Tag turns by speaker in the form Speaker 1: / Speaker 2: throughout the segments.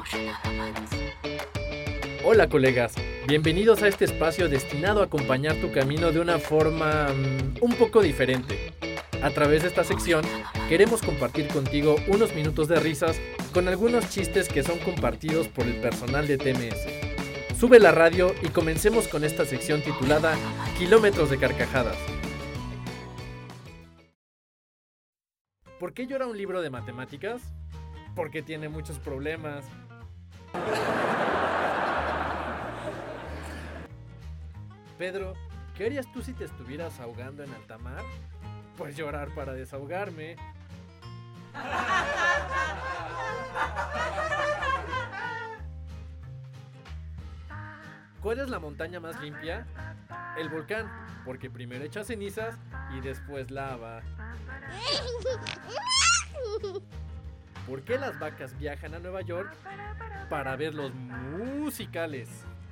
Speaker 1: Hola colegas, bienvenidos a este espacio destinado a acompañar tu camino de una forma un poco diferente. A través de esta sección queremos compartir contigo unos minutos de risas con algunos chistes que son compartidos por el personal de TMS. Sube la radio y comencemos con esta sección titulada Kilómetros de Carcajadas. ¿Por qué llora un libro de matemáticas? Porque tiene muchos problemas. Pedro, ¿qué harías tú si te estuvieras ahogando en alta mar? Pues llorar para desahogarme. ¿Cuál es la montaña más limpia? El volcán, porque primero echa cenizas y después lava. ¿Por qué las vacas viajan a Nueva York? Para ver los musicales.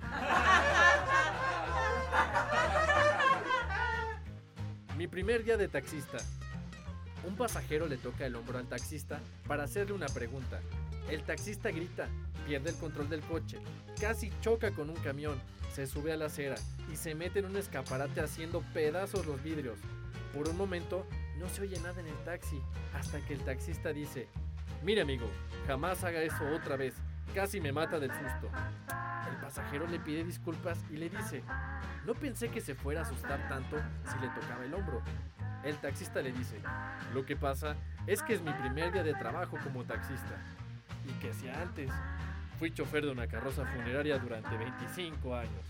Speaker 1: Mi primer día de taxista. Un pasajero le toca el hombro al taxista para hacerle una pregunta. El taxista grita, pierde el control del coche, casi choca con un camión, se sube a la acera y se mete en un escaparate haciendo pedazos los vidrios. Por un momento no se oye nada en el taxi, hasta que el taxista dice: mire amigo, jamás haga eso otra vez, casi me mata del susto. El pasajero le pide disculpas y le dice: no pensé que se fuera a asustar tanto si le tocaba el hombro. El taxista le dice: lo que pasa es que es mi primer día de trabajo como taxista. ¿Y qué hacía antes? Fui chofer de una carroza funeraria durante 25 años.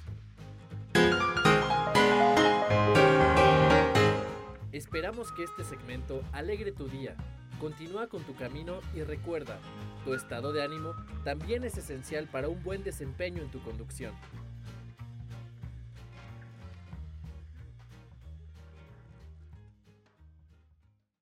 Speaker 1: Esperamos que este segmento alegre tu día. Continúa con tu camino y recuerda, tu estado de ánimo también es esencial para un buen desempeño en tu conducción.